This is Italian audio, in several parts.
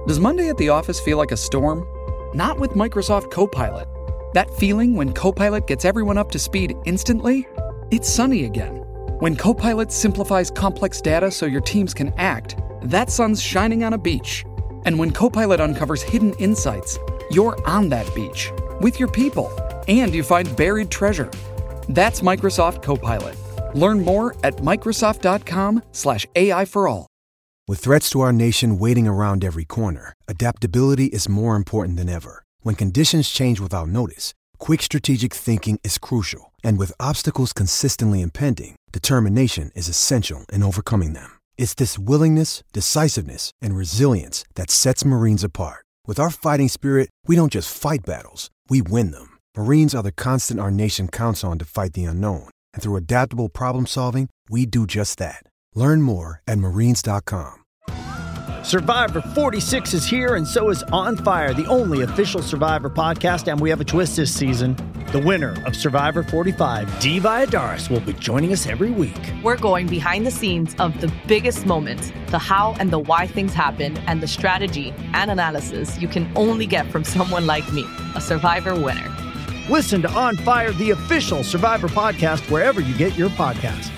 Does Monday at the office feel like a storm? Not with Microsoft Copilot. That feeling when Copilot gets everyone up to speed instantly? It's sunny again. When Copilot simplifies complex data so your teams can act, that sun's shining on a beach. And when Copilot uncovers hidden insights, you're on that beach with your people, and you find buried treasure. That's Microsoft Copilot. Learn more at Microsoft.com/AI for all. With threats to our nation waiting around every corner, adaptability is more important than ever. When conditions change without notice, quick strategic thinking is crucial. And with obstacles consistently impending, determination is essential in overcoming them. It's this willingness, decisiveness, and resilience that sets Marines apart. With our fighting spirit, we don't just fight battles, we win them. Marines are the constant our nation counts on to fight the unknown. And through adaptable problem solving, we do just that. Learn more at marines.com. Survivor 46 is here, and so is On Fire, the only official Survivor podcast, and we have a twist this season. The winner of Survivor 45, Dee Valladares, will be joining us every week. We're going behind the scenes of the biggest moments, the how and the why things happen, and the strategy and analysis you can only get from someone like me, a Survivor winner. Listen to On Fire, the official Survivor podcast, wherever you get your podcast.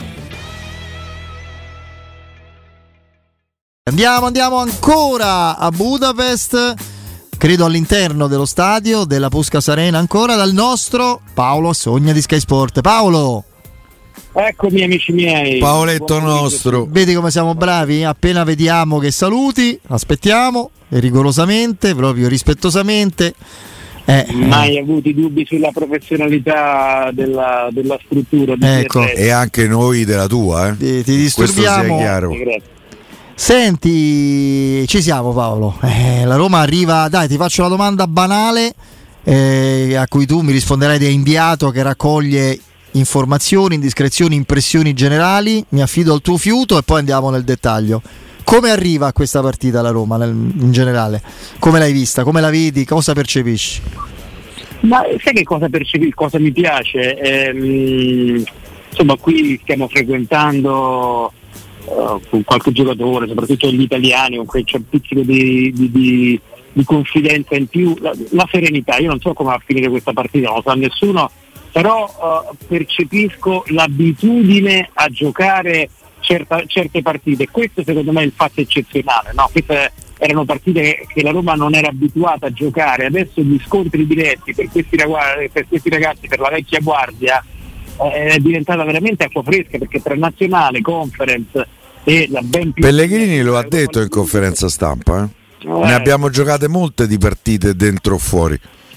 Andiamo ancora a Budapest, credo all'interno dello stadio della Puskás Arena, ancora dal nostro Paolo Assogna di Sky Sport. Paolo! Eccomi amici miei. Paoletto nostro. Vedi come siamo bravi? Appena vediamo che saluti, aspettiamo rigorosamente, proprio rispettosamente. Mai avuti dubbi sulla professionalità della struttura di ecco. E anche noi della tua, ti disturbiamo. Questo sia chiaro. Grazie. Senti, ci siamo Paolo, la Roma arriva, dai ti faccio la domanda banale a cui tu mi risponderai da inviato che raccoglie informazioni, indiscrezioni, impressioni generali, mi affido al tuo fiuto e poi andiamo nel dettaglio. Come arriva a questa partita la Roma in generale? Come l'hai vista? Come la vedi? Cosa percepisci? Ma sai che cosa percepisci? Cosa mi piace? Insomma qui stiamo frequentando con qualche giocatore, soprattutto gli italiani, con cui c'è un pizzico di confidenza in più, la serenità. Io non so come va a finire questa partita, non lo sa nessuno, però percepisco l'abitudine a giocare certe partite. Questo secondo me è il fatto eccezionale, no? Queste erano partite che la Roma non era abituata a giocare, adesso gli scontri diretti per questi ragazzi, per la vecchia guardia, è diventata veramente acqua fresca, perché tra nazionale, conference e la ben più Pellegrini lo ha detto in conferenza stampa, ne abbiamo giocate molte di partite dentro o fuori.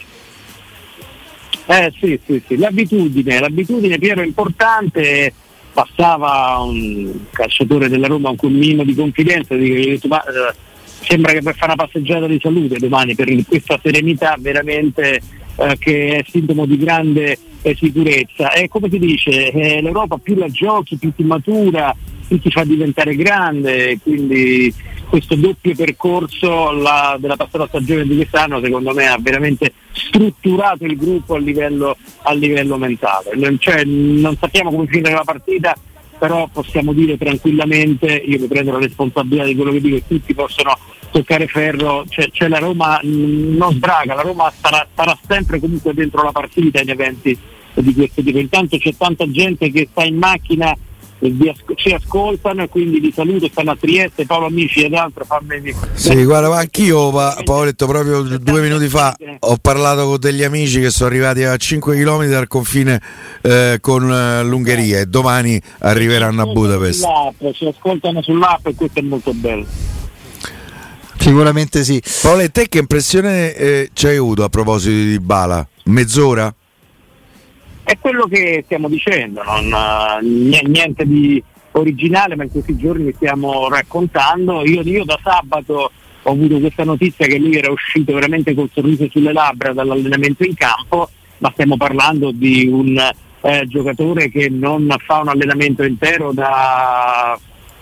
Sì. L'abitudine Piero è importante. Passava un calciatore della Roma con un minimo di confidenza, sembra che per fare una passeggiata di salute domani, per questa serenità veramente che è sintomo di grande sicurezza. E come si dice, l'Europa più la giochi, più ti matura, più ti fa diventare grande, quindi questo doppio percorso della passata stagione di quest'anno secondo me ha veramente strutturato il gruppo a livello mentale. Non sappiamo come finire la partita, però possiamo dire tranquillamente, io mi prendo la responsabilità di quello che dico e tutti possono toccare ferro, cioè la Roma non sbraga, la Roma starà sempre comunque dentro la partita in eventi di questo tipo. Intanto c'è tanta gente che sta in macchina e ci ascoltano, e quindi vi saluto, stanno a Trieste, Paolo Amici ed altro. Sì, guarda, anch'io Paoletto proprio 2 minuti fa ho parlato con degli amici che sono arrivati a 5 km dal confine con l'Ungheria e domani arriveranno a Budapest. Ci ascoltano sull'app e questo è molto bello. Sicuramente sì. Paolo, te che impressione ci hai avuto a proposito di Dybala? Mezz'ora? È quello che stiamo dicendo, niente di originale, ma in questi giorni stiamo raccontando. Io da sabato ho avuto questa notizia che lui era uscito veramente col sorriso sulle labbra dall'allenamento in campo, ma stiamo parlando di un giocatore che non fa un allenamento intero dal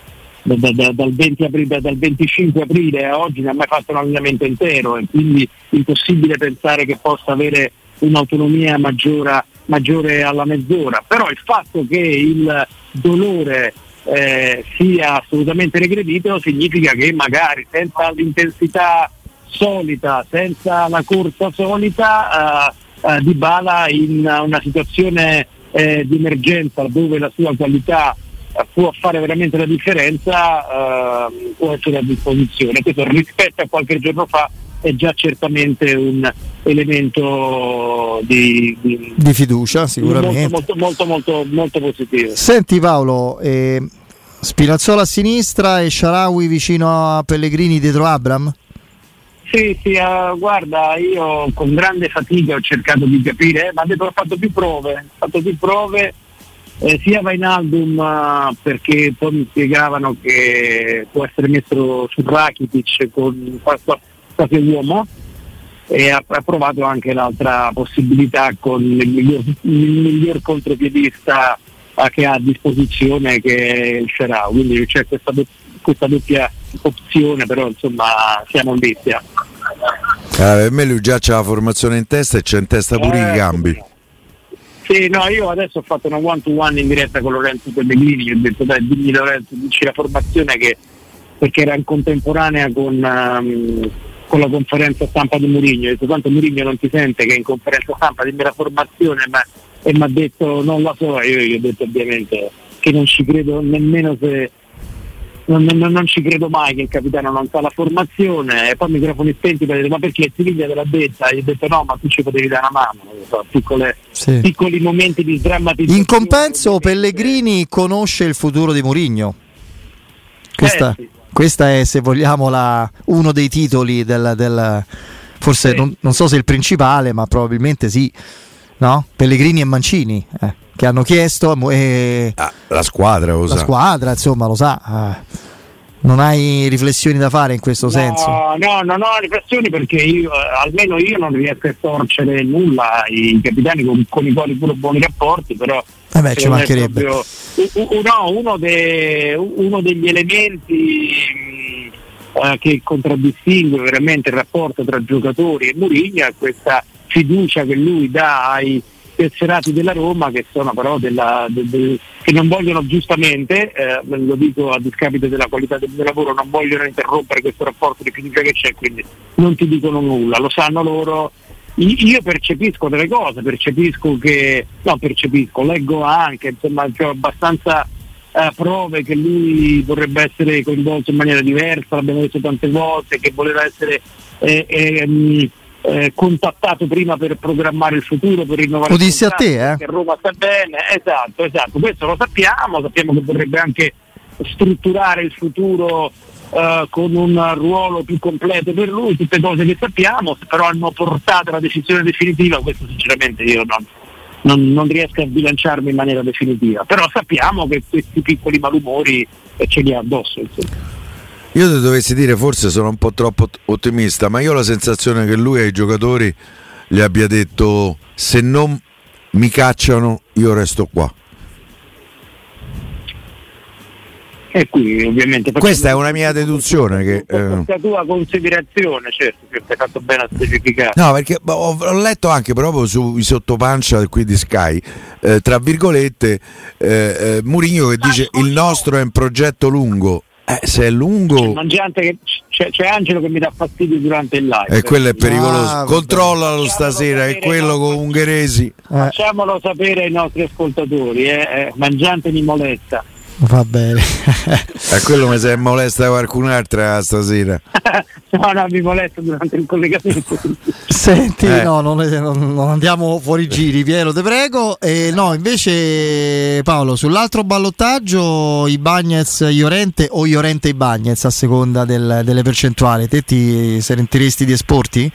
25 aprile a oggi, non ha mai fatto un allenamento intero, e quindi impossibile pensare che possa avere un'autonomia maggiore alla mezz'ora. Però il fatto che il dolore sia assolutamente regredito significa che magari senza l'intensità solita, senza la corsa solita, Dybala in una situazione di emergenza dove la sua qualità può fare veramente la differenza, può essere a disposizione. Questo rispetto a qualche giorno fa è già certamente un elemento di fiducia, sicuramente molto positivo. Senti Paolo, Spinazzola a sinistra e Shaarawy vicino a Pellegrini dietro Abraham? Sì, guarda, io con grande fatica ho cercato di capire, ma ho fatto più prove, sia Wijnaldum, perché poi mi spiegavano che può essere messo su Rakitic con qualche uomo, e ha provato anche l'altra possibilità con il miglior contropiedista che ha a disposizione, che è il Shaarawy, quindi c'è questa doppia opzione, però insomma siamo lì. Per me lui già c'ha la formazione in testa e c'è in testa pure i cambi. Sì, no, io adesso ho fatto una one-to-one in diretta con Lorenzo Pellegrini, ho detto dai, dimmi Lorenzo, dici la formazione, perché era in contemporanea con la conferenza stampa di Mourinho. Ho detto tanto Mourinho non ti sente che è in conferenza stampa, dimmi la formazione, e mi ha detto non la so, io gli ho detto ovviamente che non ci credo nemmeno se non ci credo mai che il capitano non sa la formazione, e poi microfoni spenti per dire ma perché Siviglia te l'ha detta, e gli ho detto no, ma tu ci potevi dare una mano, non so, piccoli momenti di drammatizzazione. In compenso Pellegrini conosce il futuro di Mourinho. Questa è, se vogliamo, uno dei titoli del forse sì. Non so se il principale, ma probabilmente sì, no? Pellegrini e Mancini che hanno chiesto la squadra lo sa. La squadra insomma lo sa. Non hai riflessioni da fare in questo senso? No, non ho riflessioni, perché almeno io non riesco a estorcere nulla ai capitani con i quali pure ho buoni rapporti, però ci mancherebbe. Uno degli elementi che contraddistingue veramente il rapporto tra giocatori e Mourinho è questa fiducia che lui dà ai tesserati della Roma, che sono però che non vogliono, giustamente, lo dico a discapito della qualità del mio lavoro, non vogliono interrompere questo rapporto di fiducia che c'è, quindi non ti dicono nulla, lo sanno loro. Io percepisco delle cose, leggo anche, insomma, c'ho abbastanza prove che lui vorrebbe essere coinvolto in maniera diversa, l'abbiamo detto tante volte, che voleva essere contattato prima per programmare il futuro, per rinnovare il contratto, a te, che Roma sta bene, esatto, questo lo sappiamo che vorrebbe anche strutturare il futuro con un ruolo più completo per lui, tutte cose che sappiamo, però hanno portato alla decisione definitiva, questo sinceramente io non riesco a bilanciarmi in maniera definitiva, però sappiamo che questi piccoli malumori ce li ha addosso, insomma. Io te dovessi dire, forse sono un po' troppo ottimista, ma io ho la sensazione che lui ai giocatori gli abbia detto: se non mi cacciano io resto qua. E qui ovviamente questa è una mia deduzione, che la tua considerazione, certo, che hai fatto bene a specificare. No, perché ho letto anche proprio sui sottopancia qui di Sky, tra virgolette, Mourinho che dice il nostro è un progetto lungo. Se è lungo, c'è Angelo che mi dà fastidio durante il live, e quello è pericoloso. Controllalo stasera, è quello con Ungheresi. Facciamolo sapere ai nostri ascoltatori, Mangiante mi molesta. Va bene. A quello mi sei molesta qualcun'altra stasera. No, mi molesta durante il collegamento. Senti, no, non andiamo fuori giri, Piero, te prego. No, invece Paolo, sull'altro ballottaggio, Ibañez Llorente o Llorente Ibañez, a seconda delle percentuali, te ti sentiresti di esporti?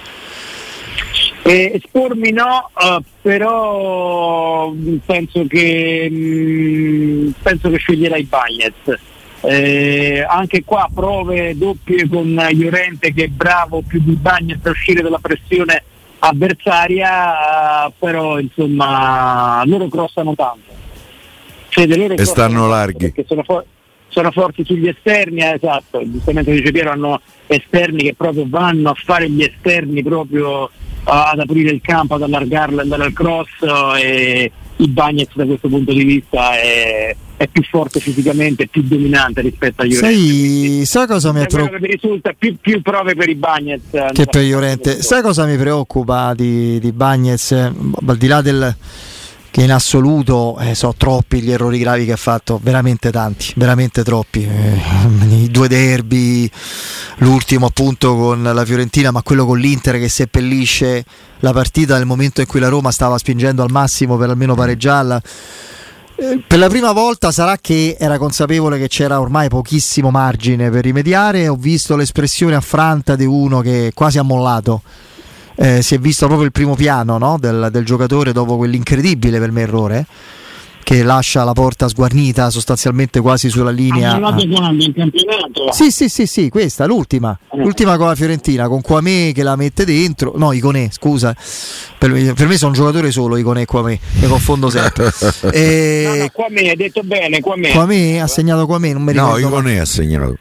Espormi no, però penso che sceglierai Ibañez. Anche qua prove doppie con Llorente, che è bravo più di Ibañez a uscire dalla pressione avversaria, però insomma loro crossano tanto. E stanno larghi. Perché sono forti sugli esterni, esatto, giustamente dice Piero, hanno esterni che proprio vanno a fare gli esterni proprio ad aprire il campo, ad allargarlo, andare al cross, e il Bagnez da questo punto di vista è più forte fisicamente, più dominante rispetto a Llorente. Sai cosa mi risulta più prove per i Bagnez che per Llorente. Sai cosa mi preoccupa di Bagnez, al di là del che in assoluto so troppi gli errori gravi che ha fatto, veramente tanti, veramente troppi, i 2 derby, l'ultimo appunto con la Fiorentina, ma quello con l'Inter che seppellisce la partita nel momento in cui la Roma stava spingendo al massimo per almeno pareggiarla. Per la prima volta sarà che era consapevole che c'era ormai pochissimo margine per rimediare. Ho visto l'espressione affranta di uno che quasi ha mollato. Si è visto proprio il primo piano, no? del giocatore dopo quell'incredibile per me errore che lascia la porta sguarnita sostanzialmente quasi sulla linea. In campionato. Sì, questa l'ultima con la Fiorentina, con Quamé che la mette dentro. No, Iconé, scusa, per me sono un giocatore solo Iconé e Quamé, mi confondo sempre. No, Quamé, hai detto bene, Quamé ha segnato Quamé, non mi ricordo. No, Iconé ha segnato.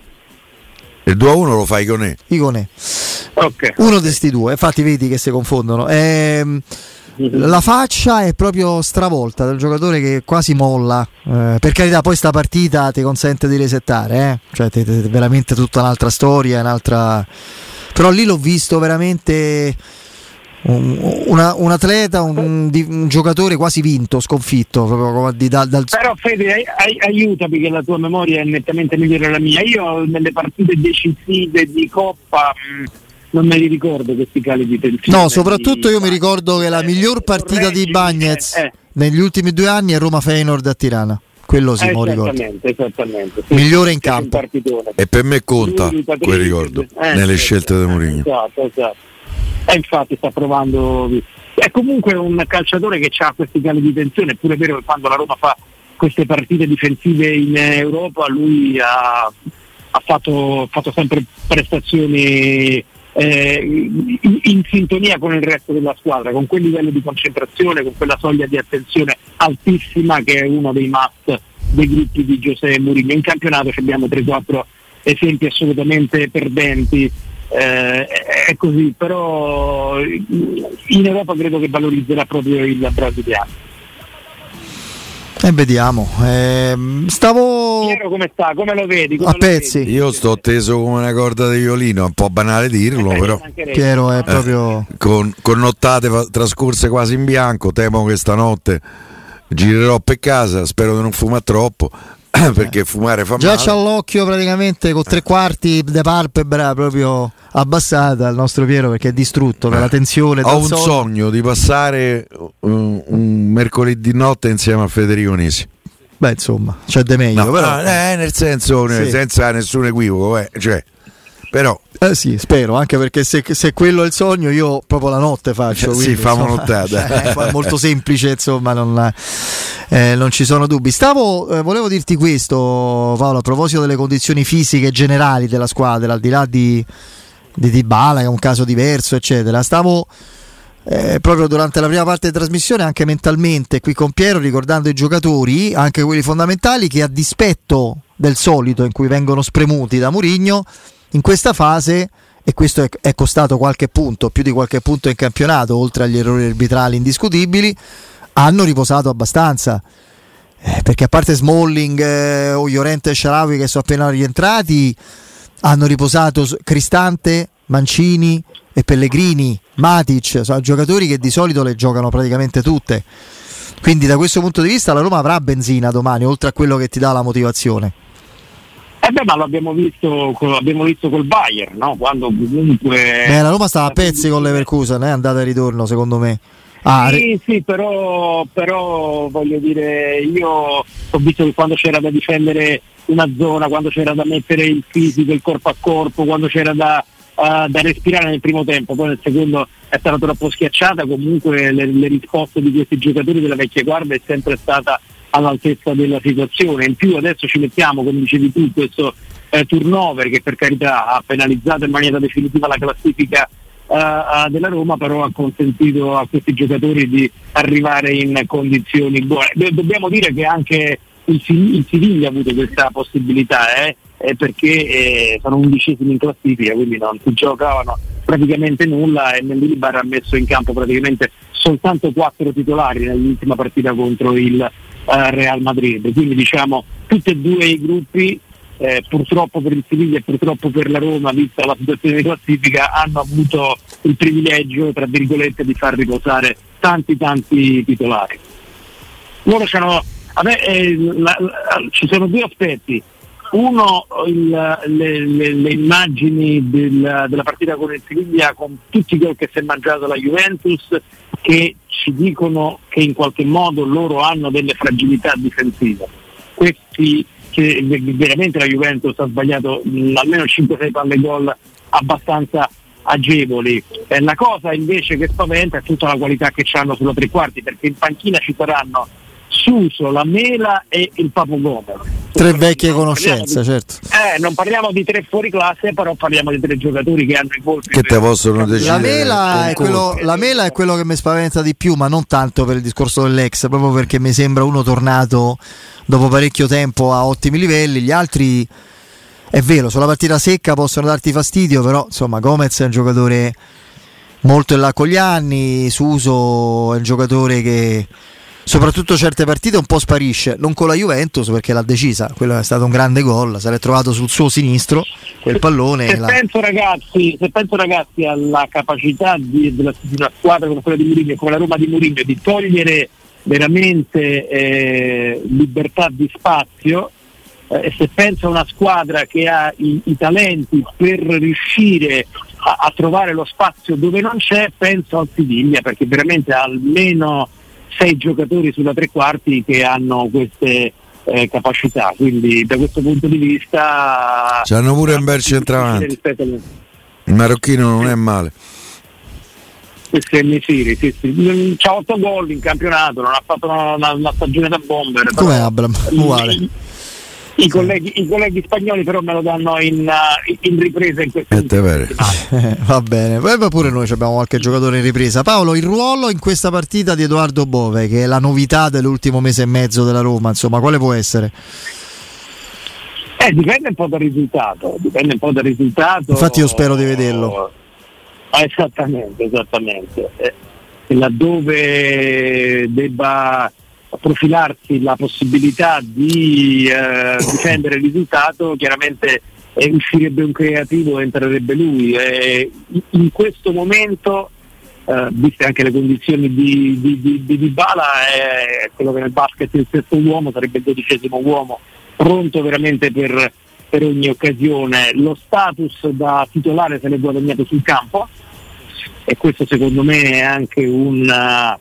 Il 2-1 lo fa Iconé. Okay. Uno di sti due, infatti vedi che si confondono. La faccia è proprio stravolta del giocatore che quasi molla. Per carità, poi sta partita ti consente di resettare, cioè veramente tutta un'altra storia, però lì l'ho visto veramente un atleta, un giocatore quasi vinto, sconfitto proprio Però Fede, aiutami che la tua memoria è nettamente migliore della mia. Io nelle partite decisive di Coppa non me li ricordo questi cali di tensione. No, soprattutto io mi ricordo che la miglior partita di Bagnez negli ultimi 2 anni è Roma-Feyenoord a Tirana. Quello sì, mo ricordo. Esattamente. Sì. Migliore in campo. E per me conta quel ricordo nelle scelte di Mourinho. Esatto. E infatti sta provando. È comunque un calciatore che ha questi cali di tensione. È pure vero che quando la Roma fa queste partite difensive in Europa lui ha fatto sempre prestazioni in sintonia con il resto della squadra, con quel livello di concentrazione, con quella soglia di attenzione altissima che è uno dei must dei gruppi di José Mourinho. In campionato abbiamo 3-4 esempi assolutamente perdenti, è così, però in Europa credo che valorizzerà proprio il brasiliano. Vediamo. Piero come sta? Come lo vedi? A pezzi. Io sto teso come una corda di violino, è un po' banale dirlo, però Piero è proprio con nottate trascorse quasi in bianco. Temo che stanotte girerò per casa, spero di non fumare troppo perché fumare fa male. Già c'ha l'occhio praticamente con 3/4 de palpebra proprio abbassata il nostro Piero, perché è distrutto dalla tensione. Ho un sogno di passare un mercoledì notte insieme a Federico Nisi. Beh, insomma, c'è de meglio, no, però. Nel senso, sì, senza nessun equivoco, cioè, però sì, spero, anche perché se quello è il sogno io proprio la notte faccio, quindi, sì, famo nottata. È molto semplice, insomma, non ci sono dubbi. Volevo dirti questo, Paolo, a proposito delle condizioni fisiche generali della squadra, al di là di Dybala, che è un caso diverso, eccetera. Stavo proprio durante la prima parte di trasmissione anche mentalmente qui con Piero ricordando i giocatori, anche quelli fondamentali, che a dispetto del solito in cui vengono spremuti da Mourinho in questa fase, e questo è costato qualche punto, più di qualche punto in campionato, oltre agli errori arbitrali indiscutibili, hanno riposato abbastanza, perché a parte Smalling o Llorente e Shaarawy che sono appena rientrati, hanno riposato Cristante, Mancini e Pellegrini, Matic, sono giocatori che di solito le giocano praticamente tutte, quindi da questo punto di vista la Roma avrà benzina domani, oltre a quello che ti dà la motivazione. Ma lo abbiamo visto col Bayern, no? Quando comunque la Roma stava a pezzi con l'Leverkusen, andata e ritorno secondo me. Sì, però voglio dire, io ho visto che quando c'era da difendere una zona, quando c'era da mettere il fisico, il corpo a corpo, quando c'era da respirare nel primo tempo, poi nel secondo è stata troppo schiacciata, comunque le risposte di questi giocatori della vecchia guardia è sempre stata all'altezza della situazione. In più adesso ci mettiamo, come dicevi tu, questo turnover che per carità ha penalizzato in maniera definitiva la classifica della Roma, però ha consentito a questi giocatori di arrivare in condizioni buone. Dobbiamo dire che anche il Siviglia ha avuto questa possibilità, perché sono 11esimi in classifica, quindi non si giocavano praticamente nulla, e Mendilibar ha messo in campo praticamente soltanto 4 titolari nell'ultima partita contro il Real Madrid, quindi diciamo tutti e due i gruppi, purtroppo per il Siviglia e purtroppo per la Roma, vista la situazione di classifica, hanno avuto il privilegio, tra virgolette, di far riposare tanti titolari. Loro ci sono due aspetti. Uno, le immagini della partita con il Siviglia, con tutti i gol che si è mangiato la Juventus, che ci dicono che in qualche modo loro hanno delle fragilità difensive. Questi, che veramente la Juventus ha sbagliato almeno 5-6 palle gol abbastanza agevoli. La cosa invece che spaventa è tutta la qualità che hanno sulla tre quarti, perché in panchina ci saranno Suso, la Mela e il Papu Gomez. 3 vecchie conoscenze, certo. Non parliamo di 3 fuori classe, però parliamo di 3 giocatori che hanno i colpi che te possono decidere. La Mela è quello che mi spaventa di più, ma non tanto per il discorso dell'ex, proprio perché mi sembra uno tornato dopo parecchio tempo a ottimi livelli. Gli altri, è vero, sulla partita secca possono darti fastidio, però insomma Gomez è un giocatore molto in là con gli anni, Suso è un giocatore che soprattutto certe partite un po' sparisce, non con la Juventus perché l'ha decisa, quello è stato un grande gol, si è trovato sul suo sinistro quel pallone. Se penso ragazzi alla capacità di una squadra come quella di Mourinho, come la Roma di Mourinho, di togliere veramente libertà di spazio, e se penso a una squadra che ha i talenti per riuscire a trovare lo spazio dove non c'è, penso al Siviglia, perché veramente ha almeno 6 giocatori sulla tre quarti che hanno queste capacità, quindi da questo punto di vista c'hanno pure un bel centravanti, il marocchino non è male, sì. C'ha 8 gol in campionato, non ha fatto una stagione da bomber. Come Abram, uguale. I colleghi spagnoli però me lo danno in ripresa in questo va bene, poi pure noi abbiamo qualche giocatore in ripresa. Paolo, il ruolo in questa partita di Edoardo Bove, che è la novità dell'ultimo mese e mezzo della Roma, insomma, quale può essere? Dipende un po' dal risultato. Infatti io spero di vederlo. Esattamente. Laddove debba profilarsi la possibilità di difendere il risultato, chiaramente uscirebbe un creativo e entrerebbe lui. In questo momento, viste anche le condizioni di Dybala, è quello che nel basket è il sesto uomo, sarebbe il 12° uomo, pronto veramente per ogni occasione. Lo status da titolare se l'è guadagnato sul campo, e questo secondo me è anche una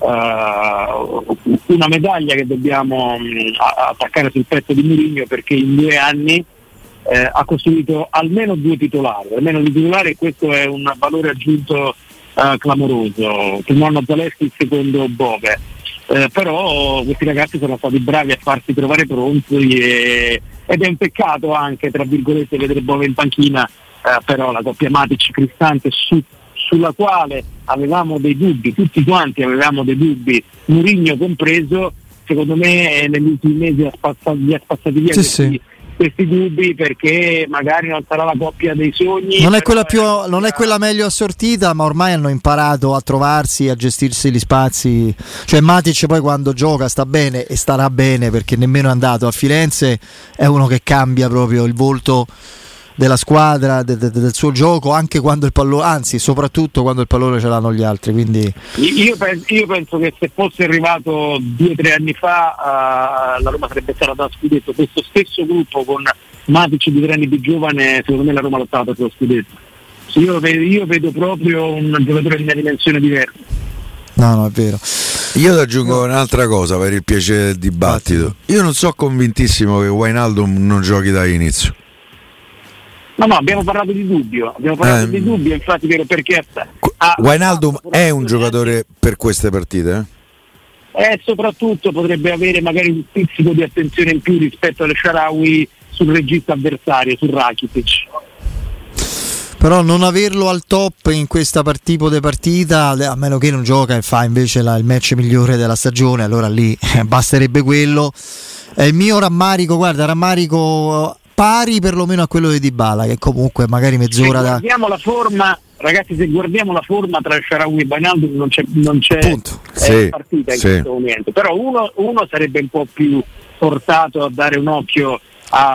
medaglia che dobbiamo attaccare sul petto di Mourinho, perché in 2 anni ha costruito almeno 2 titolari, e questo è un valore aggiunto clamoroso. Il primo anno Zaleschi, il secondo Bove, però questi ragazzi sono stati bravi a farsi trovare pronti, ed è un peccato anche, tra virgolette, vedere Bove in panchina, però la coppia Matic-Cristante sulla quale avevamo dei dubbi, tutti quanti avevamo dei dubbi, Mourinho compreso, secondo me negli ultimi mesi li ha spazzati via questi dubbi, perché magari non sarà la coppia dei sogni. Non è quella meglio assortita, ma ormai hanno imparato a trovarsi, a gestirsi gli spazi. Cioè Matic poi quando gioca sta bene e starà bene, perché nemmeno è andato a Firenze, è uno che cambia proprio il volto della squadra, del suo gioco, anche quando il pallone, anzi soprattutto quando il pallone ce l'hanno gli altri. Quindi io penso che se fosse arrivato 2-3 anni fa la Roma sarebbe stata da scudetto. Questo stesso gruppo con Matic di 3 anni più giovane, secondo me la Roma lottava per lo scudetto. Io vedo proprio un giocatore di una dimensione diversa. No, è vero. Io ti aggiungo un'altra cosa per il piacere del dibattito. Io non sono convintissimo che Wijnaldum non giochi dall'inizio. No, abbiamo parlato di dubbio, infatti, vero, perché Wijnaldum è un giocatore per queste partite? Soprattutto potrebbe avere magari un pizzico di attenzione in più rispetto alle Shaarawy sul regista avversario, sul Rakitic. Però non averlo al top in questa tipo di partita, a meno che non gioca e fa invece il match migliore della stagione, allora lì basterebbe quello. È il mio rammarico pari perlomeno a quello di Dybala, che comunque magari mezz'ora guardiamo la forma ragazzi, se guardiamo la forma tra Shaarawy e Wijnaldum non c'è partita in questo momento, però uno sarebbe un po' più portato a dare un occhio a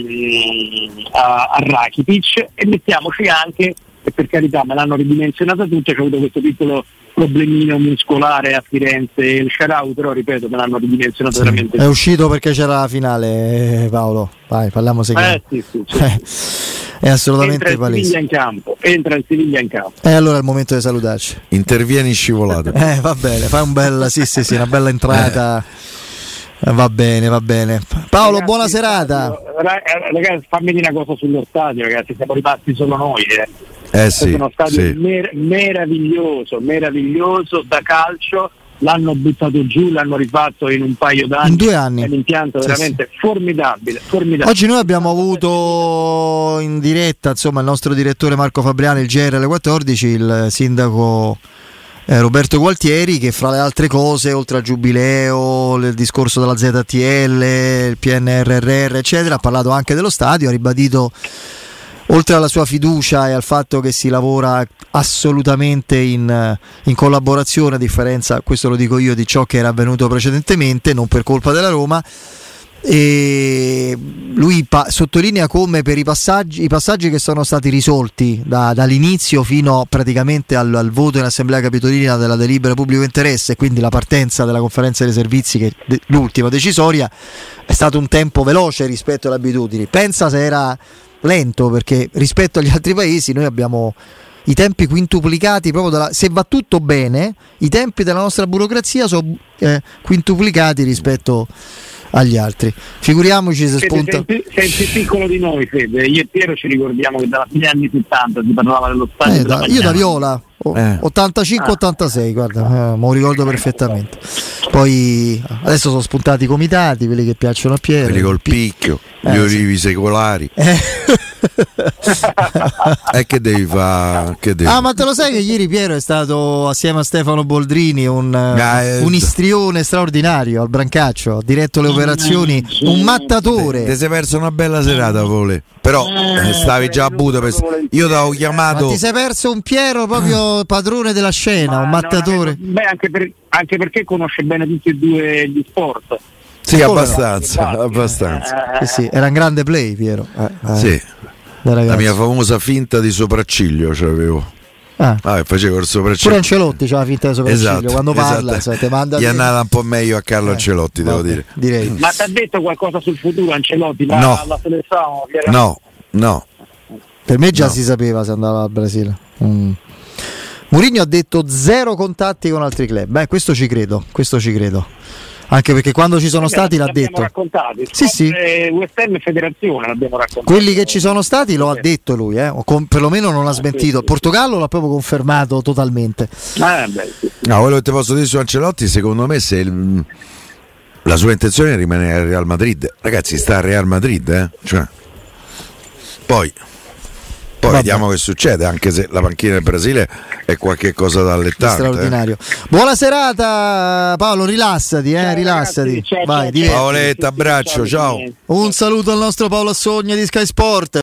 Rakitic, e mettiamoci anche, e per carità me l'hanno ridimensionata tutta, c'è avuto questo piccolo problemino muscolare a Firenze il Shaarawy, però ripeto me l'hanno ridimensionato veramente. È uscito perché c'era la finale, Paolo, vai, parliamo secondo. Sì. È assolutamente palese. Entra il Siviglia in campo. E allora è il momento di salutarci. Intervieni scivolato. Va bene, fai un bel sì, una bella entrata. Va bene. Paolo, ragazzi, buona serata. Ragazzi, fammi dire una cosa sullo stadio, ragazzi, siamo rimasti solo noi. Sì, è uno stadio meraviglioso da calcio. L'hanno buttato giù, l'hanno rifatto in un paio d'anni. In 2 anni. È un impianto veramente formidabile. Oggi noi abbiamo avuto in diretta, insomma, il nostro direttore Marco Fabriani, il GR alle 14, il sindaco Roberto Gualtieri, che fra le altre cose, oltre al giubileo, il discorso della ZTL, il PNRR, eccetera, ha parlato anche dello stadio, ha ribadito, oltre alla sua fiducia e al fatto che si lavora assolutamente in collaborazione, a differenza, questo lo dico io, di ciò che era avvenuto precedentemente, non per colpa della Roma, e lui sottolinea come per i passaggi che sono stati risolti dall'inizio fino praticamente al voto in assemblea capitolina della delibera pubblico interesse, quindi la partenza della conferenza dei servizi, che l'ultima decisoria, è stato un tempo veloce rispetto alle abitudini. Pensa se era lento, perché rispetto agli altri paesi noi abbiamo i tempi quintuplicati proprio se va tutto bene, i tempi della nostra burocrazia sono quintuplicati rispetto agli altri. Figuriamoci se spunta. Sei più piccolo di noi, Fede. Io e Piero ci ricordiamo che dalla fine anni 70 si parlava dello stadio io da Viola 85-86, guarda, me lo ricordo perfettamente. Poi adesso sono spuntati i comitati, quelli che piacciono a Piero, quelli col picchio, gli olivi secolari. Che devi fare? Ma te lo sai che ieri Piero è stato assieme a Stefano Boldrini un istrione straordinario al Brancaccio, ha diretto le operazioni, un mattatore. Ti sei perso una bella serata, Vole. Però stavi già a Budapest. Io ti avevo chiamato. Ma ti sei perso un Piero proprio padrone della scena, un mattatore. Anche perché conosce bene tutti e due gli sport. Sì, abbastanza. Sì, era un grande play, Piero. Sì. La mia famosa finta di sopracciglio c'avevo. Facevo il sopracciglio. Pure Ancelotti c'ha la finta di sopracciglio, quando parla, te manda. Gli è andata un po' meglio a Carlo Ancelotti, devo dire. Direi. Ma ti ha detto qualcosa sul futuro Ancelotti? No. Alla selezione? No. Per me già si sapeva se andava al Brasile. Mourinho ha detto 0 contatti con altri club. Questo ci credo. Anche perché quando ci sono stati l'ha detto. Raccontati. Sì. West Ham e Federazione l'abbiamo raccontato. Quelli che ci sono stati lo ha detto lui, perlomeno non ha smentito. Il Portogallo l'ha proprio confermato totalmente. No, quello che ti posso dire su Ancelotti, secondo me, se la sua intenzione è rimanere al Real Madrid. Ragazzi, sta al Real Madrid, Poi vediamo che succede, anche se la panchina del Brasile è qualche cosa da allettante. Straordinario. Buona serata Paolo, rilassati, rilassati. Ciao, vai, ciao. Paoletta, abbraccio, ciao. Un saluto al nostro Paolo Assogna di Sky Sport.